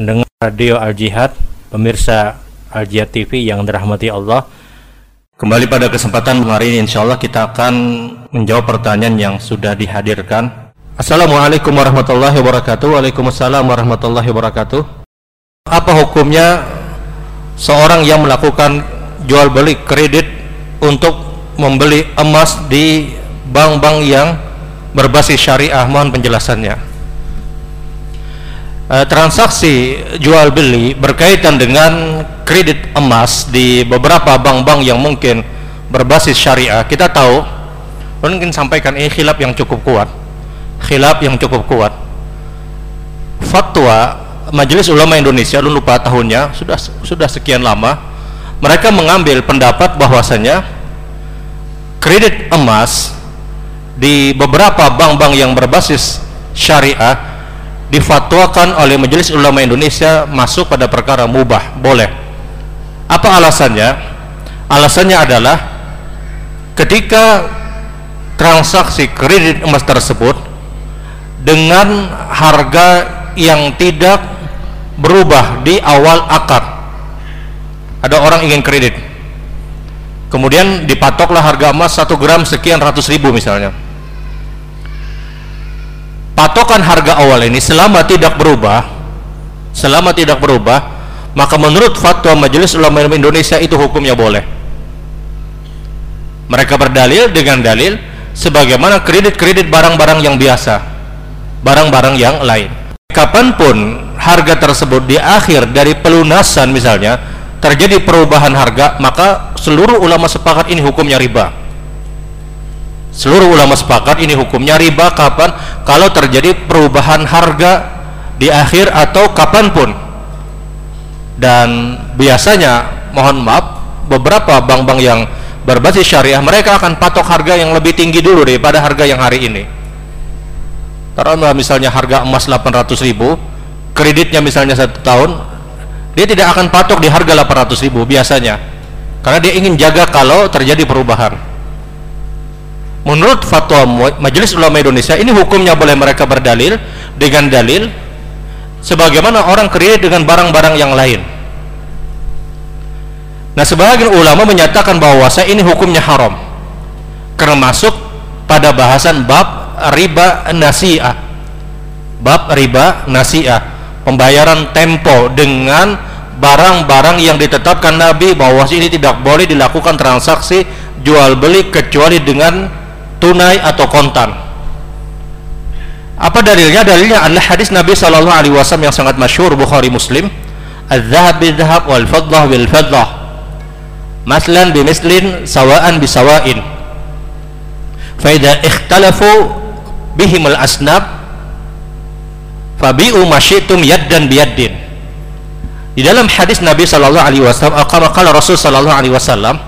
pendengar radio Al-Jihad, pemirsa Al-Jihad TV yang dirahmati Allah. Kembali pada kesempatan hari ini insyaallah kita akan menjawab pertanyaan yang sudah dihadirkan. Assalamualaikum warahmatullahi wabarakatuh. Waalaikumsalam warahmatullahi wabarakatuh. Apa hukumnya seorang yang melakukan jual beli kredit untuk membeli emas di bank-bank yang berbasis syariah? Mohon penjelasannya. Transaksi jual beli berkaitan dengan kredit emas di beberapa bank-bank yang mungkin berbasis syariah, kita tahu, mungkin sampaikan ini khilaf yang cukup kuat. Fatwa Majelis Ulama Indonesia, lu lupa tahunnya, sudah sekian lama, mereka mengambil pendapat bahwasanya kredit emas di beberapa bank-bank yang berbasis syariah difatwakan oleh Majelis Ulama Indonesia masuk pada perkara mubah, boleh. Apa alasannya? Alasannya adalah ketika transaksi kredit emas tersebut dengan harga yang tidak berubah di awal akad. Ada orang ingin kredit, kemudian dipatoklah harga emas 1 gram sekian ratus ribu misalnya. Patokan harga awal ini selama tidak berubah, maka menurut fatwa Majelis Ulama Indonesia itu hukumnya boleh. Mereka berdalil dengan dalil sebagaimana kredit-kredit barang-barang yang biasa, barang-barang yang lain. Kapanpun harga tersebut di akhir dari pelunasan misalnya terjadi perubahan harga, maka seluruh ulama sepakat ini hukumnya riba. Seluruh ulama sepakat ini hukumnya riba kapan? Kalau terjadi perubahan harga di akhir atau kapanpun. Dan biasanya, mohon maaf, beberapa bank-bank yang berbasis syariah, mereka akan patok harga yang lebih tinggi dulu daripada harga yang hari ini. Taruhlah misalnya harga emas 800 ribu, kreditnya misalnya 1 tahun, dia tidak akan patok di harga 800 ribu biasanya, karena dia ingin jaga kalau terjadi perubahan. Menurut fatwa Majelis Ulama Indonesia ini hukumnya boleh, mereka berdalil dengan dalil sebagaimana orang kredit dengan barang-barang yang lain. Nah, sebagian ulama menyatakan bahwa ini hukumnya haram karena masuk pada bahasan bab riba nasi'ah. Bab riba nasi'ah, pembayaran tempo dengan barang-barang yang ditetapkan Nabi bahwa ini tidak boleh dilakukan transaksi jual beli kecuali dengan tunai atau kontan. Apa dalilnya? Dalilnya adalah hadis Nabi SAW yang sangat masyhur, Bukhari Muslim, "Adz-dzahab bil-dzahab wal-fiddah bil-fiddah, maslan bimislin sawa'an bisawa'in. Fa idza ikhtalafu bihim al-asnab fabi'u ma syi'tum yaddan biyaddin." Di dalam hadis Nabi SAW, qala Rasul SAW,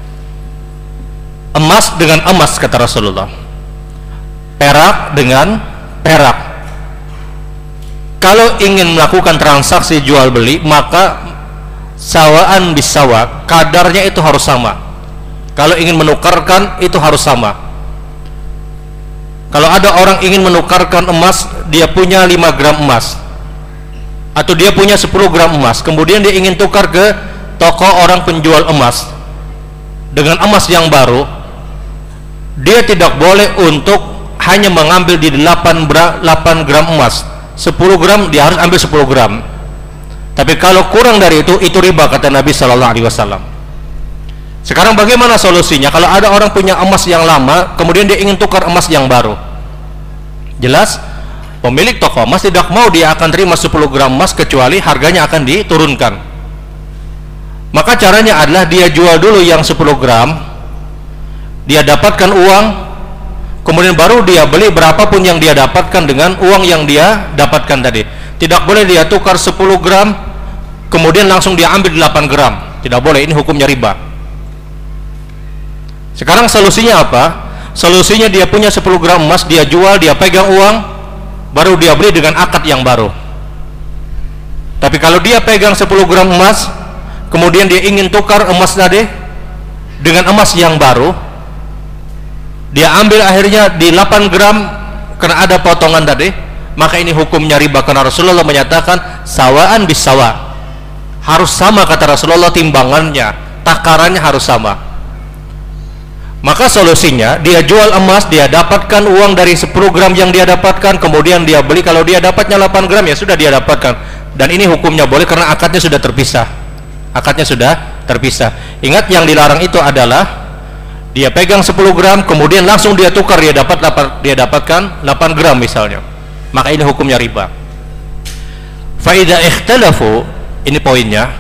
emas dengan emas, kata Rasulullah, perak dengan perak. Kalau ingin melakukan transaksi jual beli, maka sawaan bisawa, kadarnya itu harus sama. Kalau ingin menukarkan, itu harus sama. Kalau ada orang ingin menukarkan emas, dia punya 5 gram emas atau dia punya 10 gram emas, kemudian dia ingin tukar ke toko orang penjual emas dengan emas yang baru, dia tidak boleh untuk hanya mengambil di 8 gram emas. 10 gram dia harus ambil 10 gram. Tapi kalau kurang dari itu riba, kata Nabi SAW. Sekarang bagaimana solusinya? Kalau ada orang punya emas yang lama, kemudian dia ingin tukar emas yang baru, jelas pemilik toko emas tidak mau dia akan terima 10 gram emas kecuali harganya akan diturunkan. Maka caranya adalah dia jual dulu yang 10 gram, dia dapatkan uang, kemudian baru dia beli berapapun yang dia dapatkan dengan uang yang dia dapatkan tadi. Tidak boleh dia tukar 10 gram kemudian langsung dia ambil 8 gram, tidak boleh, ini hukumnya riba. Sekarang solusinya apa? Solusinya dia punya 10 gram emas, dia jual, dia pegang uang, baru dia beli dengan akad yang baru. Tapi kalau dia pegang 10 gram emas kemudian dia ingin tukar emas tadi dengan emas yang baru, dia ambil akhirnya di 8 gram karena ada potongan tadi, maka ini hukumnya riba, karena Rasulullah menyatakan sawaan bis sawa, harus sama kata Rasulullah, timbangannya, takarannya harus sama. Maka solusinya dia jual emas, dia dapatkan uang dari 10 gram yang dia dapatkan, kemudian dia beli, kalau dia dapatnya 8 gram ya sudah dia dapatkan, dan ini hukumnya boleh karena akadnya sudah terpisah. Akadnya sudah terpisah. Ingat, yang dilarang itu adalah dia pegang 10 gram kemudian langsung dia tukar, dia dapatkan 8 gram misalnya, maka ini hukumnya riba. Fa idza ikhtalafu, ini poinnya,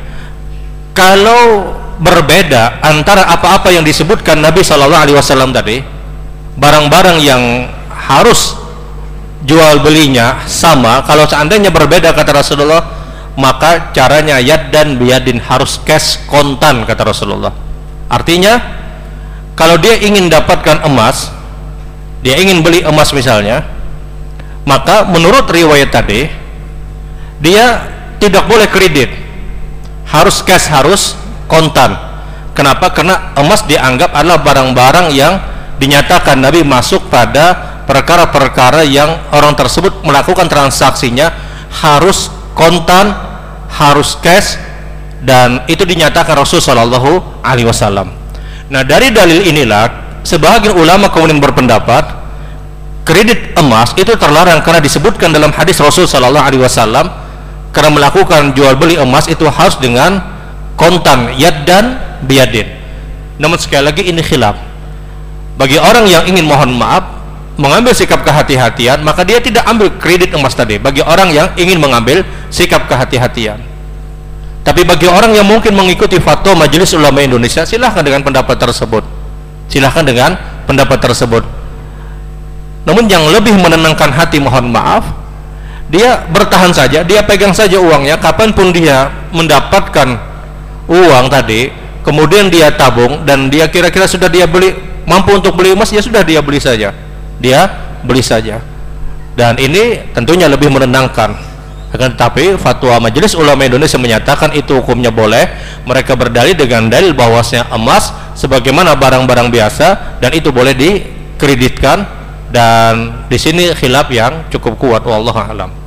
kalau berbeda antara apa-apa yang disebutkan Nabi SAW tadi, barang-barang yang harus jual belinya sama, kalau seandainya berbeda kata Rasulullah, maka caranya yad dan biyadin, harus cash, kontan kata Rasulullah. Artinya kalau dia ingin dapatkan emas, dia ingin beli emas misalnya, maka menurut riwayat tadi dia tidak boleh kredit, harus cash, harus kontan. Kenapa? Karena emas dianggap adalah barang-barang yang dinyatakan Nabi masuk pada perkara-perkara yang orang tersebut melakukan transaksinya harus kontan, harus cash, dan itu dinyatakan Rasulullah SAW. Nah, dari dalil inilah sebagian ulama kemudian berpendapat kredit emas itu terlarang karena disebutkan dalam hadis Rasul SAW, karena melakukan jual beli emas itu harus dengan kontan, yad dan biyadin. Namun sekali lagi ini khilaf. Bagi orang yang ingin mohon maaf mengambil sikap kehati-hatian, maka dia tidak ambil kredit emas tadi. Bagi orang yang ingin mengambil sikap kehati-hatian. Tapi bagi orang yang mungkin mengikuti fatwa Majelis Ulama Indonesia, silahkan dengan pendapat tersebut. Silahkan dengan pendapat tersebut. Namun yang lebih menenangkan hati, mohon maaf, dia bertahan saja, dia pegang saja uangnya, kapanpun dia mendapatkan uang tadi, kemudian dia tabung, dan dia kira-kira sudah dia beli, mampu untuk beli emas, ya sudah dia beli saja. Dia beli saja. Dan ini tentunya lebih menenangkan. Akan tetapi fatwa Majelis Ulama Indonesia menyatakan itu hukumnya boleh. Mereka berdalil dengan dalil bahwasanya emas sebagaimana barang-barang biasa dan itu boleh dikreditkan, dan di sini khilaf yang cukup kuat, wallahu a'lam.